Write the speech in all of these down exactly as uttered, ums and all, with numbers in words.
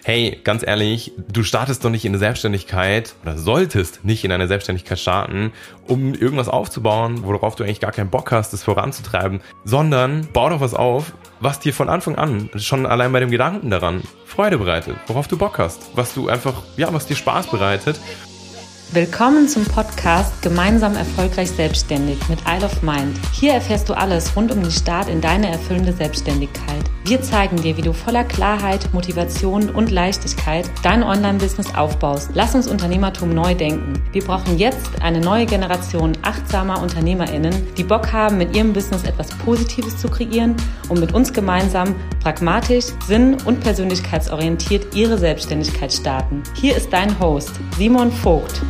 Hey, ganz ehrlich, du startest doch nicht in eine Selbstständigkeit oder solltest nicht in eine Selbstständigkeit starten, um irgendwas aufzubauen, worauf du eigentlich gar keinen Bock hast, das voranzutreiben, sondern bau doch was auf, was dir von Anfang an, schon allein bei dem Gedanken daran, Freude bereitet, worauf du Bock hast, was du einfach, ja, was dir Spaß bereitet. Willkommen zum Podcast Gemeinsam erfolgreich selbstständig mit Isle of Mind. Hier erfährst du alles rund um den Start in deine erfüllende Selbstständigkeit. Wir zeigen dir, wie du voller Klarheit, Motivation und Leichtigkeit dein Online-Business aufbaust. Lass uns Unternehmertum neu denken. Wir brauchen jetzt eine neue Generation achtsamer UnternehmerInnen, die Bock haben, mit ihrem Business etwas Positives zu kreieren und mit uns gemeinsam pragmatisch, sinn- und persönlichkeitsorientiert ihre Selbstständigkeit starten. Hier ist dein Host, Simon Vogt.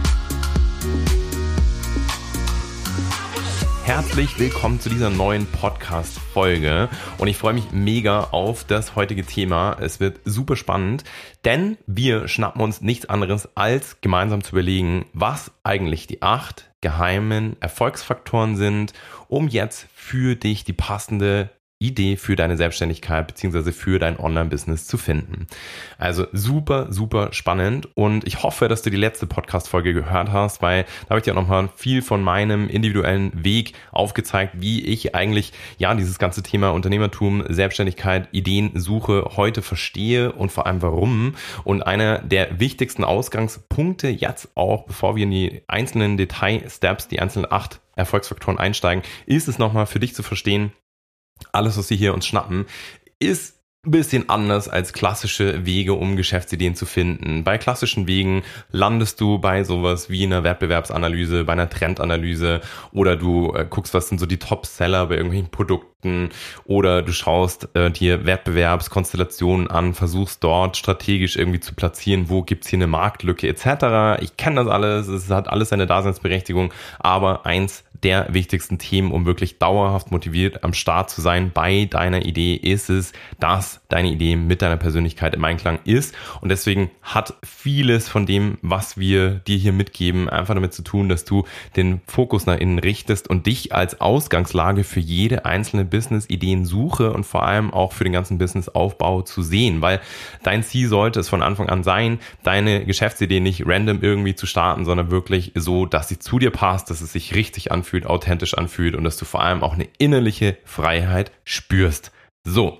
Herzlich willkommen zu dieser neuen Podcast-Folge und ich freue mich mega auf das heutige Thema. Es wird super spannend, denn wir schnappen uns nichts anderes als gemeinsam zu überlegen, was eigentlich die acht geheimen Erfolgsfaktoren sind, um jetzt für dich die passende Idee für deine Selbstständigkeit bzw. für dein Online-Business zu finden. Also super, super spannend und ich hoffe, dass du die letzte Podcast-Folge gehört hast, weil da habe ich dir auch nochmal viel von meinem individuellen Weg aufgezeigt, wie ich eigentlich ja dieses ganze Thema Unternehmertum, Selbstständigkeit, Ideensuche heute verstehe und vor allem warum. Und einer der wichtigsten Ausgangspunkte jetzt auch, bevor wir in die einzelnen Detail-Steps, die einzelnen acht Erfolgsfaktoren einsteigen, ist es nochmal für dich zu verstehen, alles, was wir hier uns schnappen, ist ein bisschen anders als klassische Wege, um Geschäftsideen zu finden. Bei klassischen Wegen landest du bei sowas wie einer Wettbewerbsanalyse, bei einer Trendanalyse oder du äh, guckst, was sind so die Top-Seller bei irgendwelchen Produkten oder du schaust äh, dir Wettbewerbskonstellationen an, versuchst dort strategisch irgendwie zu platzieren, wo gibt's hier eine Marktlücke et cetera. Ich kenne das alles, es hat alles seine Daseinsberechtigung, aber eins der wichtigsten Themen, um wirklich dauerhaft motiviert am Start zu sein bei deiner Idee, ist es, dass deine Idee mit deiner Persönlichkeit im Einklang ist. Und deswegen hat vieles von dem, was wir dir hier mitgeben, einfach damit zu tun, dass du den Fokus nach innen richtest und dich als Ausgangslage für jede einzelne Business-Ideensuche und vor allem auch für den ganzen Businessaufbau zu sehen. Weil dein Ziel sollte es von Anfang an sein, deine Geschäftsidee nicht random irgendwie zu starten, sondern wirklich so, dass sie zu dir passt, dass es sich richtig anfühlt, authentisch anfühlt und dass du vor allem auch eine innerliche Freiheit spürst. So,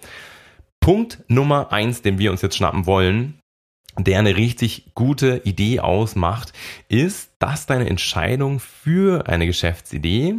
Punkt Nummer eins, den wir uns jetzt schnappen wollen, der eine richtig gute Idee ausmacht, ist, dass deine Entscheidung für eine Geschäftsidee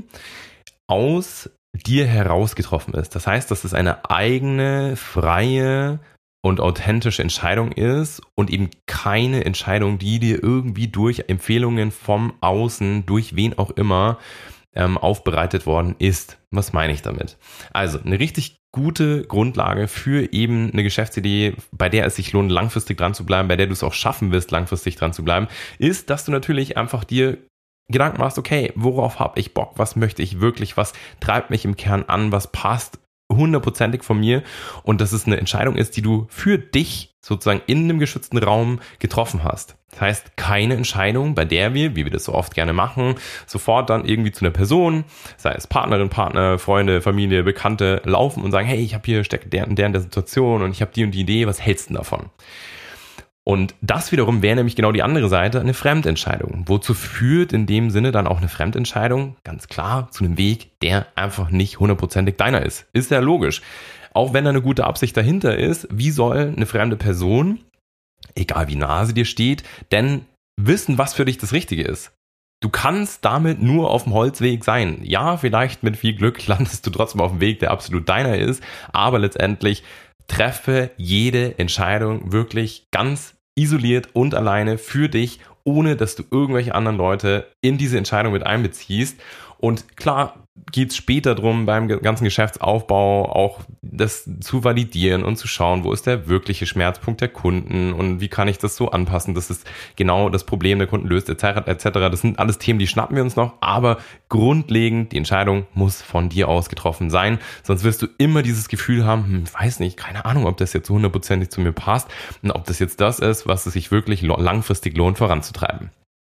aus dir heraus getroffen ist. Das heißt, dass es eine eigene, freie und authentische Entscheidung ist und eben keine Entscheidung, die dir irgendwie durch Empfehlungen vom Außen, durch wen auch immer, ähm, aufbereitet worden ist. Was meine ich damit? Also eine richtig gute Grundlage für eben eine Geschäftsidee, bei der es sich lohnt, langfristig dran zu bleiben, bei der du es auch schaffen wirst, langfristig dran zu bleiben, ist, dass du natürlich einfach dir Gedanken machst, okay, worauf habe ich Bock, was möchte ich wirklich, was treibt mich im Kern an, was passt hundertprozentig von mir und dass es eine Entscheidung ist, die du für dich sozusagen in einem geschützten Raum getroffen hast. Das heißt, keine Entscheidung, bei der wir, wie wir das so oft gerne machen, sofort dann irgendwie zu einer Person, sei es Partnerin, Partner, Freunde, Familie, Bekannte, laufen und sagen, hey, ich habe hier steckt der und der in der Situation und ich habe die und die Idee, was hältst du denn davon? Und das wiederum wäre nämlich genau die andere Seite, eine Fremdentscheidung. Wozu führt in dem Sinne dann auch eine Fremdentscheidung? Ganz klar zu einem Weg, der einfach nicht hundertprozentig deiner ist. Ist ja logisch. Auch wenn da eine gute Absicht dahinter ist, wie soll eine fremde Person, egal wie nah sie dir steht, denn wissen, was für dich das Richtige ist? Du kannst damit nur auf dem Holzweg sein. Ja, vielleicht mit viel Glück landest du trotzdem auf dem Weg, der absolut deiner ist, aber letztendlich treffe jede Entscheidung wirklich ganz isoliert und alleine für dich, ohne dass du irgendwelche anderen Leute in diese Entscheidung mit einbeziehst. Und klar geht es später drum, beim ganzen Geschäftsaufbau auch das zu validieren und zu schauen, wo ist der wirkliche Schmerzpunkt der Kunden und wie kann ich das so anpassen, dass es genau das Problem der Kunden löst, et cetera et cetera. Das sind alles Themen, die schnappen wir uns noch, aber grundlegend, die Entscheidung muss von dir aus getroffen sein, sonst wirst du immer dieses Gefühl haben, hm, ich weiß nicht, keine Ahnung, ob das jetzt so hundertprozentig zu mir passt und ob das jetzt das ist, was es sich wirklich langfristig lohnt voranzutreiben.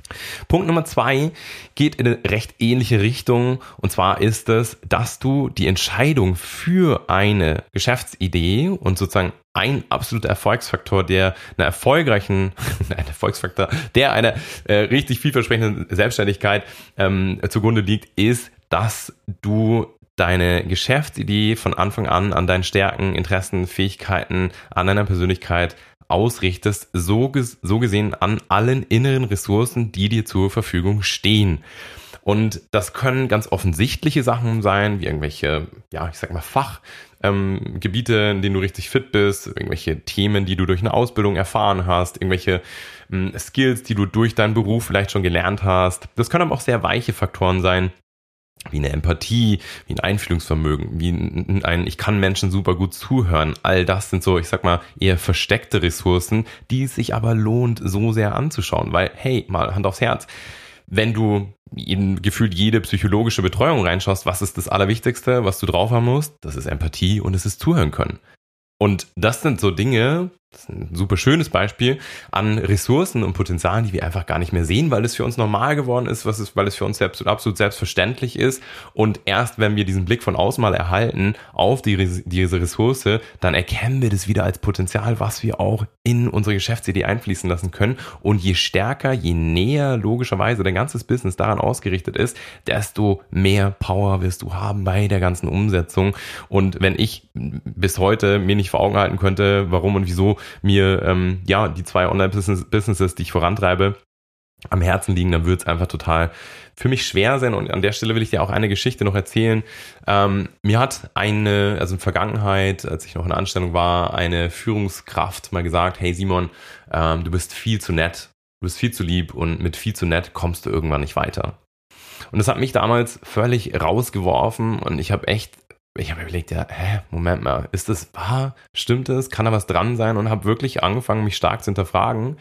Punkt Nummer zwei geht in eine recht ähnliche Richtung, und zwar ist es, dass du die Entscheidung für eine Geschäftsidee und sozusagen ein absoluter Erfolgsfaktor, der einer erfolgreichen, ein Erfolgsfaktor, der einer äh, richtig vielversprechenden Selbstständigkeit ähm, zugrunde liegt, ist, dass du deine Geschäftsidee von Anfang an an deinen Stärken, Interessen, Fähigkeiten, an deiner Persönlichkeit ausrichtest, so, ges- so gesehen an allen inneren Ressourcen, die dir zur Verfügung stehen. Und das können ganz offensichtliche Sachen sein, wie irgendwelche, ja, ich sag mal Fachgebiete, ähm, in denen du richtig fit bist, irgendwelche Themen, die du durch eine Ausbildung erfahren hast, irgendwelche ähm, Skills, die du durch deinen Beruf vielleicht schon gelernt hast. Das können aber auch sehr weiche Faktoren sein, wie eine Empathie, wie ein Einfühlungsvermögen, wie ein, ich kann Menschen super gut zuhören. All das sind so, ich sag mal, eher versteckte Ressourcen, die es sich aber lohnt, so sehr anzuschauen. Weil, hey, mal Hand aufs Herz, wenn du in gefühlt jede psychologische Betreuung reinschaust, was ist das Allerwichtigste, was du drauf haben musst? Das ist Empathie und es ist Zuhören können. Und das sind so Dinge, das ist ein super schönes Beispiel an Ressourcen und Potenzialen, die wir einfach gar nicht mehr sehen, weil es für uns normal geworden ist, was es, weil es für uns selbst, absolut selbstverständlich ist. Und erst wenn wir diesen Blick von außen mal erhalten auf die, diese Ressource, dann erkennen wir das wieder als Potenzial, was wir auch in unsere Geschäftsidee einfließen lassen können. Und je stärker, je näher logischerweise dein ganzes Business daran ausgerichtet ist, desto mehr Power wirst du haben bei der ganzen Umsetzung. Und wenn ich bis heute mir nicht vor Augen halten könnte, warum und wieso mir ähm, ja die zwei Online-Businesses, die ich vorantreibe, am Herzen liegen, dann wird es einfach total für mich schwer sein. Und an der Stelle will ich dir auch eine Geschichte noch erzählen. Ähm, mir hat eine, also in der Vergangenheit, als ich noch in der Anstellung war, eine Führungskraft mal gesagt, hey Simon, ähm, du bist viel zu nett, du bist viel zu lieb und mit viel zu nett kommst du irgendwann nicht weiter. Und das hat mich damals völlig rausgeworfen und ich habe echt Ich habe mir überlegt, ja, hä, Moment mal, ist das wahr? Stimmt das? Kann da was dran sein? Und habe wirklich angefangen, mich stark zu hinterfragen.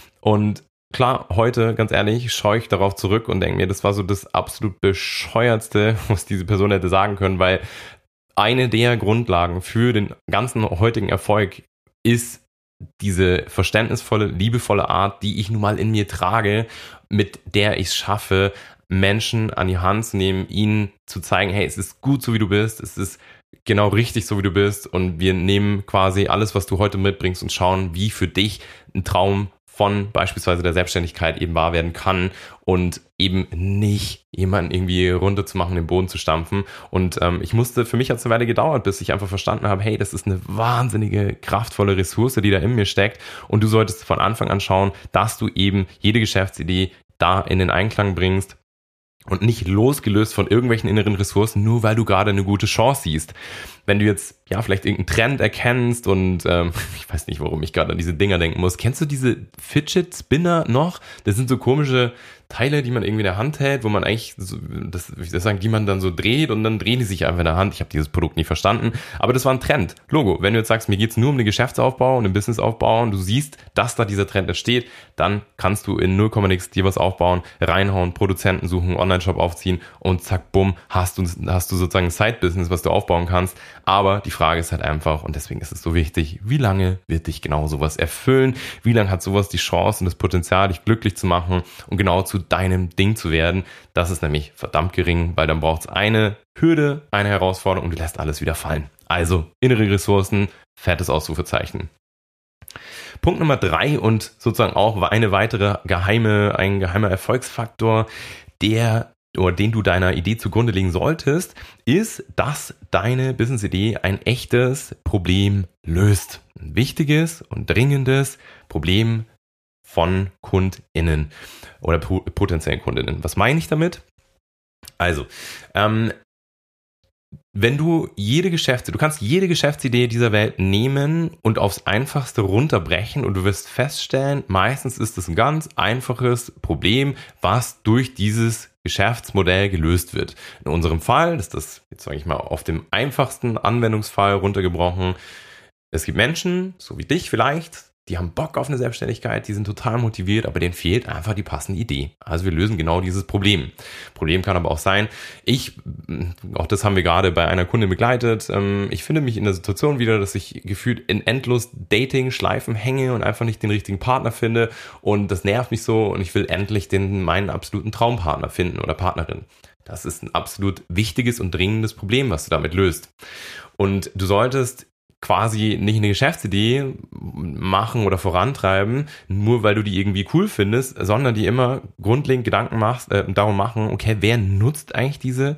Und klar, heute, ganz ehrlich, schaue ich darauf zurück und denke mir, das war so das absolut bescheuertste, was diese Person hätte sagen können, weil eine der Grundlagen für den ganzen heutigen Erfolg ist diese verständnisvolle, liebevolle Art, die ich nun mal in mir trage, mit der ich es schaffe, Menschen an die Hand zu nehmen, ihnen zu zeigen, hey, es ist gut so wie du bist, es ist genau richtig so wie du bist und wir nehmen quasi alles, was du heute mitbringst und schauen, wie für dich ein Traum von beispielsweise der Selbstständigkeit eben wahr werden kann und eben nicht jemanden irgendwie runterzumachen, den Boden zu stampfen. Und ähm, ich musste, für mich hat es eine Weile gedauert, bis ich einfach verstanden habe, hey, das ist eine wahnsinnige, kraftvolle Ressource, die da in mir steckt und du solltest von Anfang an schauen, dass du eben jede Geschäftsidee da in den Einklang bringst und nicht losgelöst von irgendwelchen inneren Ressourcen, nur weil du gerade eine gute Chance siehst. Wenn du jetzt ja vielleicht irgendeinen Trend erkennst und ähm, ich weiß nicht, warum ich gerade an diese Dinger denken muss. Kennst du diese Fidget Spinner noch? Das sind so komische Teile, die man irgendwie in der Hand hält, wo man eigentlich, so, das, wie soll ich sagen, die man dann so dreht und dann drehen die sich einfach in der Hand. Ich habe dieses Produkt nie verstanden, aber das war ein Trend. Logo, wenn du jetzt sagst, mir geht's nur um den Geschäftsaufbau und den Businessaufbau und du siehst, dass da dieser Trend entsteht, dann kannst du in null Komma nix dir was aufbauen, reinhauen, Produzenten suchen, Online-Shop aufziehen und zack, bumm, hast du, hast du sozusagen ein Side-Business, was du aufbauen kannst. Aber die Frage ist halt einfach, und deswegen ist es so wichtig, wie lange wird dich genau sowas erfüllen? Wie lange hat sowas die Chance und das Potenzial, dich glücklich zu machen und genau zu deinem Ding zu werden? Das ist nämlich verdammt gering, weil dann braucht es eine Hürde, eine Herausforderung und du lässt alles wieder fallen. Also innere Ressourcen, fettes Ausrufezeichen. Punkt Nummer drei und sozusagen auch eine weitere geheime, ein geheimer Erfolgsfaktor, der oder den du deiner Idee zugrunde legen solltest, ist, dass deine Business-Idee ein echtes Problem löst. Ein wichtiges und dringendes Problem von KundInnen oder potenziellen KundInnen. Was meine ich damit? Also, ähm, wenn du jede Geschäftsidee, du kannst jede Geschäftsidee dieser Welt nehmen und aufs Einfachste runterbrechen und du wirst feststellen, meistens ist es ein ganz einfaches Problem, was durch dieses Geschäftsmodell gelöst wird. In unserem Fall ist das, jetzt sage ich mal, auf dem einfachsten Anwendungsfall runtergebrochen. Es gibt Menschen, so wie dich vielleicht, die haben Bock auf eine Selbstständigkeit, die sind total motiviert, aber denen fehlt einfach die passende Idee. Also wir lösen genau dieses Problem. Problem kann aber auch sein, ich, auch das haben wir gerade bei einer Kundin begleitet, ich finde mich in der Situation wieder, dass ich gefühlt in endlos Dating-Schleifen hänge und einfach nicht den richtigen Partner finde und das nervt mich so und ich will endlich den meinen absoluten Traumpartner finden oder Partnerin. Das ist ein absolut wichtiges und dringendes Problem, was du damit löst. Und du solltest quasi nicht eine Geschäftsidee machen oder vorantreiben, nur weil du die irgendwie cool findest, sondern die immer grundlegend Gedanken machst, äh, darum machen, okay, wer nutzt eigentlich diese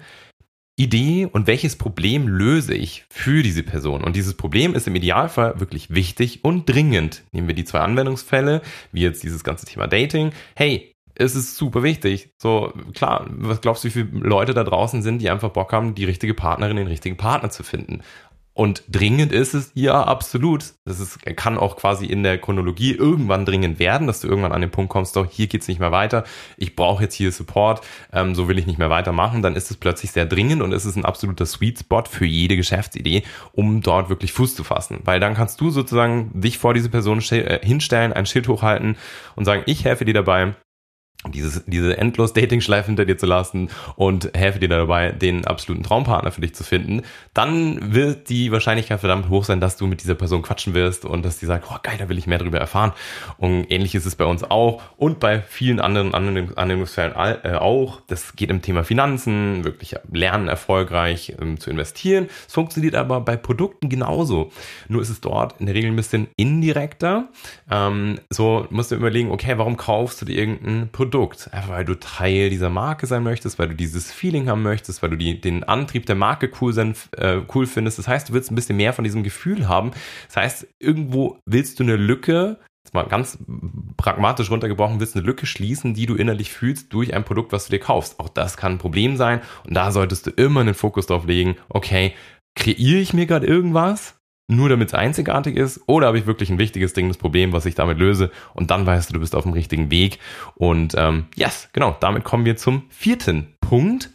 Idee und welches Problem löse ich für diese Person? Und dieses Problem ist im Idealfall wirklich wichtig und dringend. Nehmen wir die zwei Anwendungsfälle, wie jetzt dieses ganze Thema Dating. Hey, es ist super wichtig. So, klar, was glaubst du, wie viele Leute da draußen sind, die einfach Bock haben, die richtige Partnerin, den richtigen Partner zu finden? Und dringend ist es, ja, absolut. Das ist, kann auch quasi in der Chronologie irgendwann dringend werden, dass du irgendwann an den Punkt kommst, doch, hier geht's nicht mehr weiter, ich brauche jetzt hier Support, ähm, so will ich nicht mehr weitermachen. Dann ist es plötzlich sehr dringend und es ist ein absoluter Sweet Spot für jede Geschäftsidee, um dort wirklich Fuß zu fassen. Weil dann kannst du sozusagen dich vor diese Person hinstellen, ein Schild hochhalten und sagen, ich helfe dir dabei, dieses, diese endlos Dating-Schleife hinter dir zu lassen und helfe dir dabei, den absoluten Traumpartner für dich zu finden, dann wird die Wahrscheinlichkeit verdammt hoch sein, dass du mit dieser Person quatschen wirst und dass die sagt, oh geil, da will ich mehr darüber erfahren. Und ähnlich ist es bei uns auch und bei vielen anderen Anwendungsfällen auch. Das geht im Thema Finanzen, wirklich lernen, erfolgreich ähm, zu investieren. Es funktioniert aber bei Produkten genauso. Nur ist es dort in der Regel ein bisschen indirekter. Ähm, so musst du überlegen, okay, warum kaufst du dir irgendein Produkt? Produkt, einfach weil du Teil dieser Marke sein möchtest, weil du dieses Feeling haben möchtest, weil du die, den Antrieb der Marke cool, sein, äh, cool findest. Das heißt, du willst ein bisschen mehr von diesem Gefühl haben. Das heißt, irgendwo willst du eine Lücke, jetzt mal ganz pragmatisch runtergebrochen, willst eine Lücke schließen, die du innerlich fühlst durch ein Produkt, was du dir kaufst. Auch das kann ein Problem sein und da solltest du immer einen Fokus drauf legen, okay, kreiere ich mir gerade irgendwas? Nur damit es einzigartig ist, oder habe ich wirklich ein wichtiges Ding, das Problem, was ich damit löse, und dann weißt du, du bist auf dem richtigen Weg. Und ähm, yes, genau, damit kommen wir zum vierten Punkt.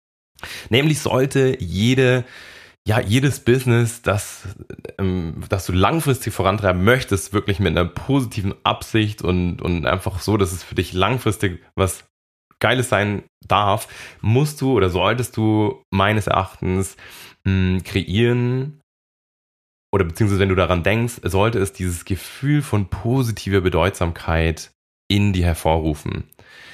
Nämlich sollte jede, ja, jedes Business, das, ähm, das du langfristig vorantreiben möchtest, wirklich mit einer positiven Absicht und, und einfach so, dass es für dich langfristig was Geiles sein darf, musst du oder solltest du meines Erachtens mh, kreieren, oder beziehungsweise wenn du daran denkst, sollte es dieses Gefühl von positiver Bedeutsamkeit in dir hervorrufen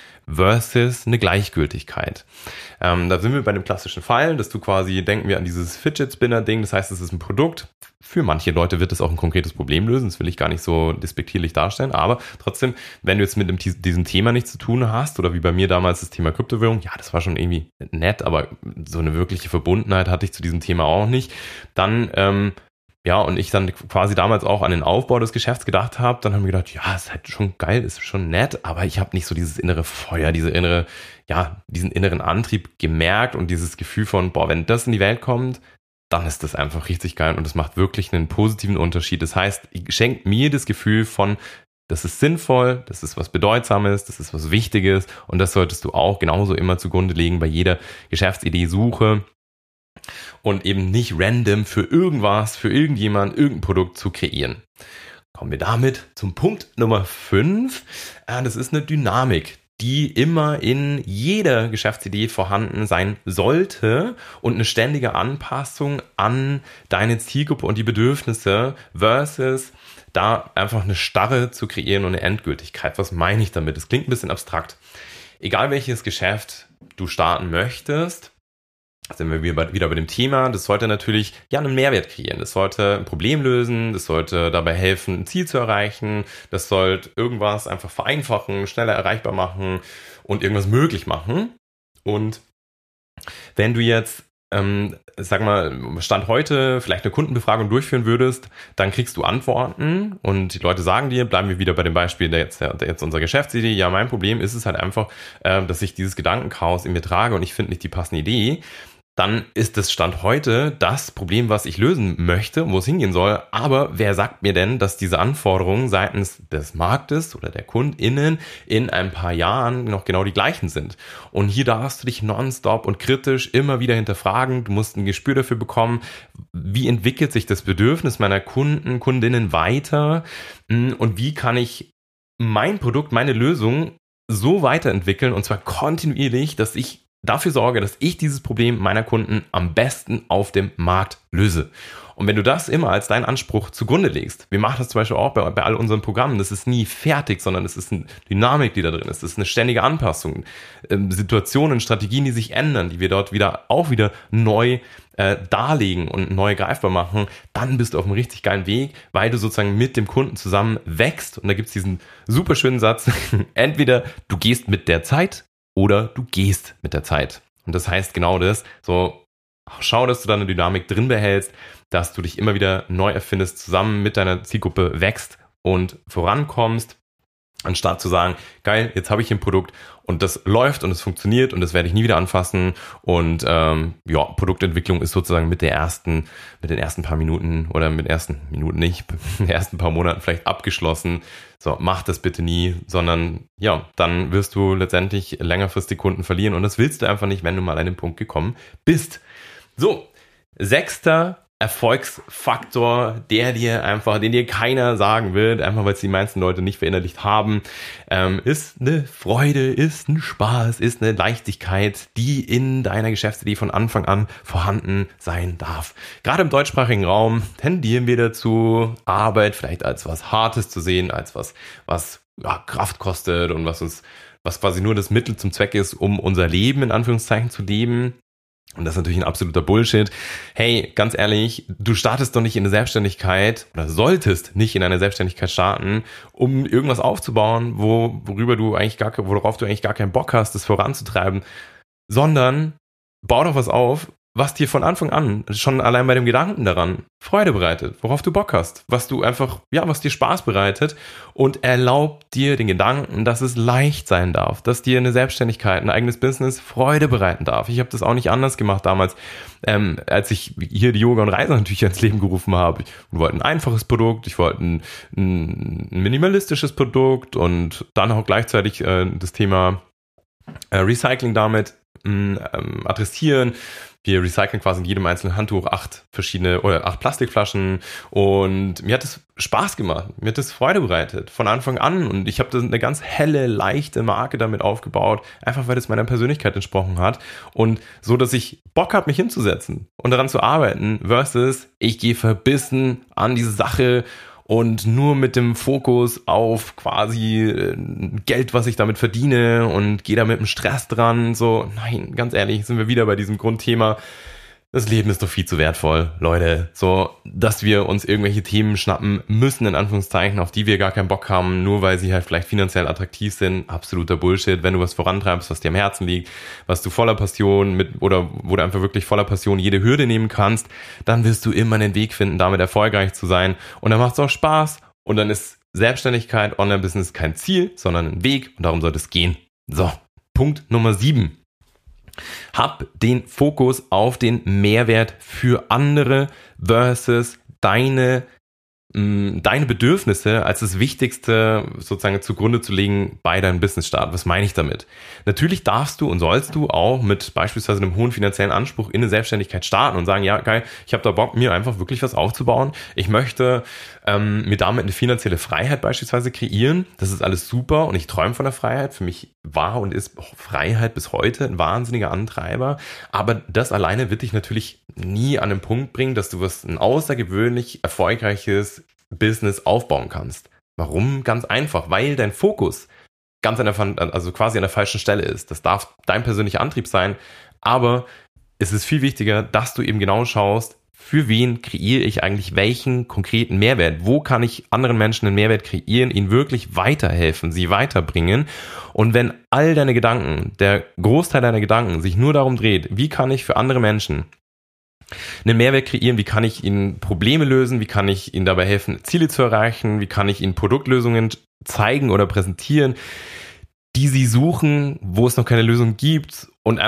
versus eine Gleichgültigkeit. Ähm, da sind wir bei dem klassischen Fall, dass du quasi, denken wir an dieses Fidget Spinner Ding, das heißt, es ist ein Produkt. Für manche Leute wird es auch ein konkretes Problem lösen, das will ich gar nicht so despektierlich darstellen, aber trotzdem, wenn du jetzt mit dem, diesem Thema nichts zu tun hast, oder wie bei mir damals das Thema Kryptowährung, ja, das war schon irgendwie nett, aber so eine wirkliche Verbundenheit hatte ich zu diesem Thema auch nicht, dann, ähm, ja, und ich dann quasi damals auch an den Aufbau des Geschäfts gedacht habe, dann haben wir gedacht, ja, ist halt schon geil, ist schon nett, aber ich habe nicht so dieses innere Feuer, diese innere, ja, diesen inneren Antrieb gemerkt und dieses Gefühl von, boah, wenn das in die Welt kommt, dann ist das einfach richtig geil und das macht wirklich einen positiven Unterschied. Das heißt, schenkt mir das Gefühl von, das ist sinnvoll, das ist was Bedeutsames, das ist was Wichtiges und das solltest du auch genauso immer zugrunde legen bei jeder Geschäftsidee-Suche. Und eben nicht random für irgendwas, für irgendjemand, irgendein Produkt zu kreieren. Kommen wir damit zum Punkt Nummer fünf. Das ist eine Dynamik, die immer in jeder Geschäftsidee vorhanden sein sollte und eine ständige Anpassung an deine Zielgruppe und die Bedürfnisse versus da einfach eine Starre zu kreieren und eine Endgültigkeit. Was meine ich damit? Das klingt ein bisschen abstrakt. Egal welches Geschäft du starten möchtest, sind wir wieder bei dem Thema, das sollte natürlich ja einen Mehrwert kreieren, das sollte ein Problem lösen, das sollte dabei helfen, ein Ziel zu erreichen, das sollte irgendwas einfach vereinfachen, schneller erreichbar machen und irgendwas möglich machen. Und wenn du jetzt, ähm, sag mal, Stand heute vielleicht eine Kundenbefragung durchführen würdest, dann kriegst du Antworten und die Leute sagen dir, bleiben wir wieder bei dem Beispiel, der jetzt, der jetzt unserer Geschäftsidee, ja, mein Problem ist es halt einfach, äh, dass ich dieses Gedankenchaos in mir trage und ich finde nicht die passende Idee. dann ist das Stand heute das Problem, was ich lösen möchte, wo es hingehen soll. Aber wer sagt mir denn, dass diese Anforderungen seitens des Marktes oder der KundInnen in ein paar Jahren noch genau die gleichen sind? Und hier darfst du dich nonstop und kritisch immer wieder hinterfragen. Du musst ein Gespür dafür bekommen, wie entwickelt sich das Bedürfnis meiner Kunden, Kundinnen weiter und wie kann ich mein Produkt, meine Lösung so weiterentwickeln und zwar kontinuierlich, dass ich dafür sorge, dass ich dieses Problem meiner Kunden am besten auf dem Markt löse. Und wenn du das immer als deinen Anspruch zugrunde legst, wir machen das zum Beispiel auch bei, bei all unseren Programmen, das ist nie fertig, sondern es ist eine Dynamik, die da drin ist, es ist eine ständige Anpassung, ähm, Situationen, Strategien, die sich ändern, die wir dort wieder auch wieder neu äh, darlegen und neu greifbar machen, dann bist du auf einem richtig geilen Weg, weil du sozusagen mit dem Kunden zusammen wächst. Und da gibt es diesen super schönen Satz, entweder du gehst mit der Zeit oder du gehst mit der Zeit. Und das heißt genau das, so schau, dass du da eine Dynamik drin behältst, dass du dich immer wieder neu erfindest, zusammen mit deiner Zielgruppe wächst und vorankommst, anstatt zu sagen, geil, jetzt habe ich ein Produkt und das läuft und es funktioniert und das werde ich nie wieder anfassen und ähm, ja, Produktentwicklung ist sozusagen mit der ersten, mit den ersten paar Minuten oder mit den ersten Minuten nicht, mit den ersten paar Monaten vielleicht abgeschlossen. So, mach das bitte nie, sondern ja, dann wirst du letztendlich längerfristig Kunden verlieren und das willst du einfach nicht, wenn du mal an den Punkt gekommen bist. So, sechster Erfolgsfaktor, der dir einfach, den dir keiner sagen wird, einfach weil es die meisten Leute nicht verinnerlicht haben, ähm, ist eine Freude, ist ein Spaß, ist eine Leichtigkeit, die in deiner Geschäftsidee von Anfang an vorhanden sein darf. Gerade im deutschsprachigen Raum tendieren wir dazu, Arbeit vielleicht als was Hartes zu sehen, als was, was ja, Kraft kostet und was uns, was quasi nur das Mittel zum Zweck ist, um unser Leben in Anführungszeichen zu leben. Und das ist natürlich ein absoluter Bullshit. Hey, ganz ehrlich, du startest doch nicht in eine Selbstständigkeit oder solltest nicht in eine Selbstständigkeit starten, um irgendwas aufzubauen, wo, worüber du eigentlich gar, worauf du eigentlich gar keinen Bock hast, das voranzutreiben, sondern bau doch was auf, was dir von Anfang an, schon allein bei dem Gedanken daran, Freude bereitet, worauf du Bock hast, was du einfach, ja, was dir Spaß bereitet und erlaubt dir den Gedanken, dass es leicht sein darf, dass dir eine Selbstständigkeit, ein eigenes Business Freude bereiten darf. Ich habe das auch nicht anders gemacht damals, ähm, als ich hier die Yoga- und Reisehandtücher ins Leben gerufen habe. Ich wollte ein einfaches Produkt, ich wollte ein, ein minimalistisches Produkt und dann auch gleichzeitig äh, das Thema äh, Recycling damit ähm, adressieren. Wir recyceln quasi in jedem einzelnen Handtuch acht verschiedene oder acht Plastikflaschen und mir hat es Spaß gemacht, mir hat es Freude bereitet von Anfang an und ich habe eine ganz helle, leichte Marke damit aufgebaut, einfach weil es meiner Persönlichkeit entsprochen hat und so, dass ich Bock habe, mich hinzusetzen und daran zu arbeiten versus ich gehe verbissen an diese Sache und nur mit dem Fokus auf quasi Geld, was ich damit verdiene und gehe da mit dem Stress dran. So, nein, ganz ehrlich, sind wir wieder bei diesem Grundthema. Das Leben ist doch viel zu wertvoll, Leute. So, dass wir uns irgendwelche Themen schnappen müssen, in Anführungszeichen, auf die wir gar keinen Bock haben, nur weil sie halt vielleicht finanziell attraktiv sind. Absoluter Bullshit. Wenn du was vorantreibst, was dir am Herzen liegt, was du voller Passion mit oder wo du einfach wirklich voller Passion jede Hürde nehmen kannst, dann wirst du immer einen Weg finden, damit erfolgreich zu sein. Und dann macht es auch Spaß. Und dann ist Selbstständigkeit, Online-Business kein Ziel, sondern ein Weg. Und darum sollte es gehen. So, Punkt Nummer sieben. Hab den Fokus auf den Mehrwert für andere versus deine, mh, deine Bedürfnisse als das Wichtigste sozusagen zugrunde zu legen bei deinem Business-Start. Was meine ich damit? Natürlich darfst du und sollst du auch mit beispielsweise einem hohen finanziellen Anspruch in eine Selbstständigkeit starten und sagen, ja geil, ich habe da Bock, mir einfach wirklich was aufzubauen. Ich möchte ähm, mir damit eine finanzielle Freiheit beispielsweise kreieren. Das ist alles super und ich träume von der Freiheit. Für mich war und ist Freiheit bis heute ein wahnsinniger Antreiber. Aber das alleine wird dich natürlich nie an den Punkt bringen, dass du was ein außergewöhnlich erfolgreiches Business aufbauen kannst. Warum? Ganz einfach, weil dein Fokus ganz an der, also quasi an der falschen Stelle ist. Das darf dein persönlicher Antrieb sein, aber es ist viel wichtiger, dass du eben genau schaust, für wen kreiere ich eigentlich welchen konkreten Mehrwert? Wo kann ich anderen Menschen einen Mehrwert kreieren, ihnen wirklich weiterhelfen, sie weiterbringen? Und wenn all deine Gedanken, der Großteil deiner Gedanken sich nur darum dreht, wie kann ich für andere Menschen einen Mehrwert kreieren, wie kann ich ihnen Probleme lösen, wie kann ich ihnen dabei helfen, Ziele zu erreichen, wie kann ich ihnen Produktlösungen zeigen oder präsentieren, die sie suchen, wo es noch keine Lösung gibt und einfach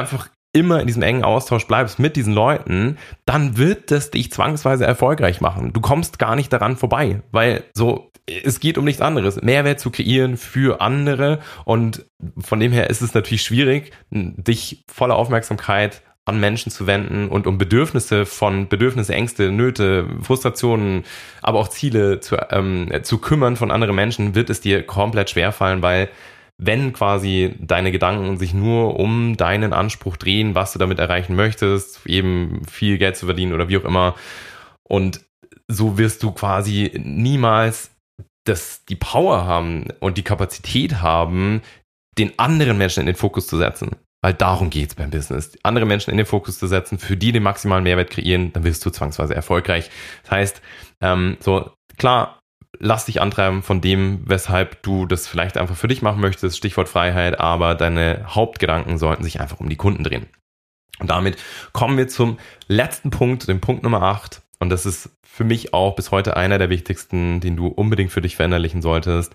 immer in diesem engen Austausch bleibst mit diesen Leuten, dann wird das dich zwangsweise erfolgreich machen. Du kommst gar nicht daran vorbei, weil so, es geht um nichts anderes. Mehrwert zu kreieren für andere, und von dem her ist es natürlich schwierig, dich voller Aufmerksamkeit an Menschen zu wenden und um Bedürfnisse von Bedürfnisse, Ängste, Nöte, Frustrationen, aber auch Ziele zu, ähm, zu kümmern von anderen Menschen, wird es dir komplett schwerfallen, weil wenn quasi deine Gedanken sich nur um deinen Anspruch drehen, was du damit erreichen möchtest, eben viel Geld zu verdienen oder wie auch immer, und so wirst du quasi niemals das, die Power haben und die Kapazität haben, den anderen Menschen in den Fokus zu setzen. Weil darum geht's beim Business. Andere Menschen in den Fokus zu setzen, für die den maximalen Mehrwert kreieren, dann wirst du zwangsweise erfolgreich. Das heißt, ähm, so klar, lass dich antreiben von dem, weshalb du das vielleicht einfach für dich machen möchtest, Stichwort Freiheit, aber deine Hauptgedanken sollten sich einfach um die Kunden drehen. Und damit kommen wir zum letzten Punkt, dem Punkt Nummer acht. Und das ist für mich auch bis heute einer der wichtigsten, den du unbedingt für dich verinnerlichen solltest.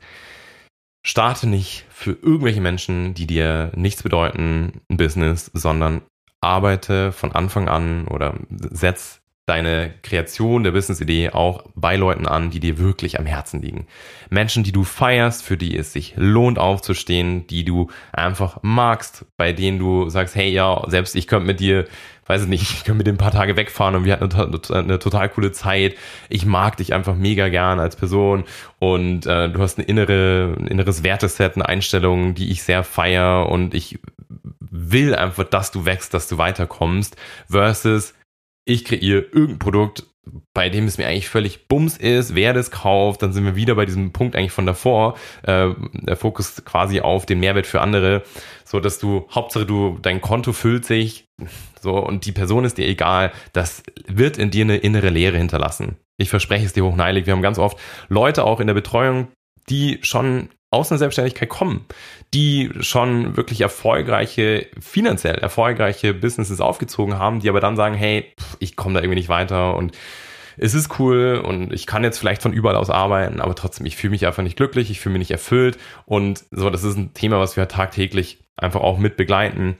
Starte nicht für irgendwelche Menschen, die dir nichts bedeuten, ein Business, sondern arbeite von Anfang an oder setz deine Kreation der Business-Idee auch bei Leuten an, die dir wirklich am Herzen liegen. Menschen, die du feierst, für die es sich lohnt aufzustehen, die du einfach magst, bei denen du sagst, hey, ja, selbst ich könnte mit dir, weiß ich nicht, ich könnte mit dir ein paar Tage wegfahren und wir hatten eine, eine total coole Zeit. Ich mag dich einfach mega gern als Person und äh, du hast eine innere, ein inneres Werteset, eine Einstellung, die ich sehr feier, und ich will einfach, dass du wächst, dass du weiterkommst, versus ich kreiere irgendein Produkt, bei dem es mir eigentlich völlig bums ist, wer das kauft, dann sind wir wieder bei diesem Punkt eigentlich von davor, äh, der Fokus quasi auf den Mehrwert für andere, so dass du, Hauptsache du, dein Konto füllt sich, so, und die Person ist dir egal, das wird in dir eine innere Leere hinterlassen. Ich verspreche es dir hochneilig, wir haben ganz oft Leute auch in der Betreuung, die schon aus einer Selbstständigkeit kommen, die schon wirklich erfolgreiche, finanziell erfolgreiche Businesses aufgezogen haben, die aber dann sagen, hey, ich komme da irgendwie nicht weiter und es ist cool und ich kann jetzt vielleicht von überall aus arbeiten, aber trotzdem, ich fühle mich einfach nicht glücklich, ich fühle mich nicht erfüllt, und so, das ist ein Thema, was wir tagtäglich einfach auch mit begleiten.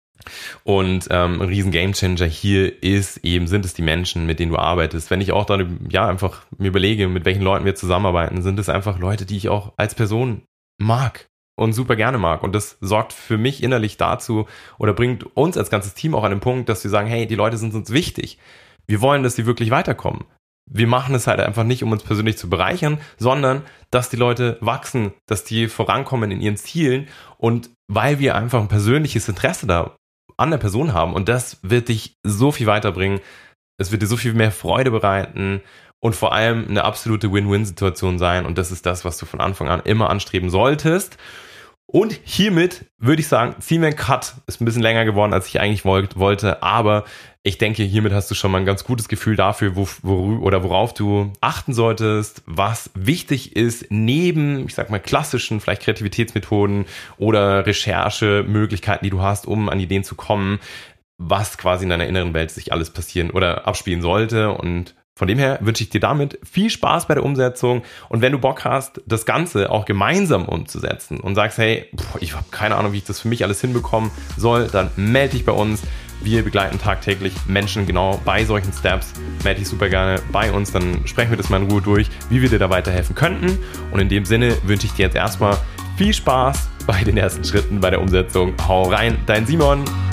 Und ähm, ein riesen Gamechanger hier ist eben, sind es die Menschen, mit denen du arbeitest. Wenn ich auch dann ja einfach mir überlege, mit welchen Leuten wir zusammenarbeiten, sind es einfach Leute, die ich auch als Person mag und super gerne mag. Und das sorgt für mich innerlich dazu oder bringt uns als ganzes Team auch an den Punkt, dass wir sagen, hey, die Leute sind uns wichtig. Wir wollen, dass sie wirklich weiterkommen. Wir machen es halt einfach nicht, um uns persönlich zu bereichern, sondern dass die Leute wachsen, dass die vorankommen in ihren Zielen, und weil wir einfach ein persönliches Interesse da an der Person haben, und das wird dich so viel weiterbringen, es wird dir so viel mehr Freude bereiten und vor allem eine absolute Win-Win-Situation sein, und das ist das, was du von Anfang an immer anstreben solltest. Und hiermit würde ich sagen, ziehen wir einen Cut. Ist ein bisschen länger geworden, als ich eigentlich wollt, wollte, aber ich denke, hiermit hast du schon mal ein ganz gutes Gefühl dafür, wo, wo, oder worauf du achten solltest, was wichtig ist, neben, ich sag mal, klassischen, vielleicht Kreativitätsmethoden oder Recherchemöglichkeiten, die du hast, um an Ideen zu kommen, was quasi in deiner inneren Welt sich alles passieren oder abspielen sollte. Und von dem her wünsche ich dir damit viel Spaß bei der Umsetzung, und wenn du Bock hast, das Ganze auch gemeinsam umzusetzen und sagst, hey, ich habe keine Ahnung, wie ich das für mich alles hinbekommen soll, dann melde dich bei uns. Wir begleiten tagtäglich Menschen genau bei solchen Steps. Melde dich super gerne bei uns, dann sprechen wir das mal in Ruhe durch, wie wir dir da weiterhelfen könnten. Und in dem Sinne wünsche ich dir jetzt erstmal viel Spaß bei den ersten Schritten bei der Umsetzung. Hau rein, dein Simon.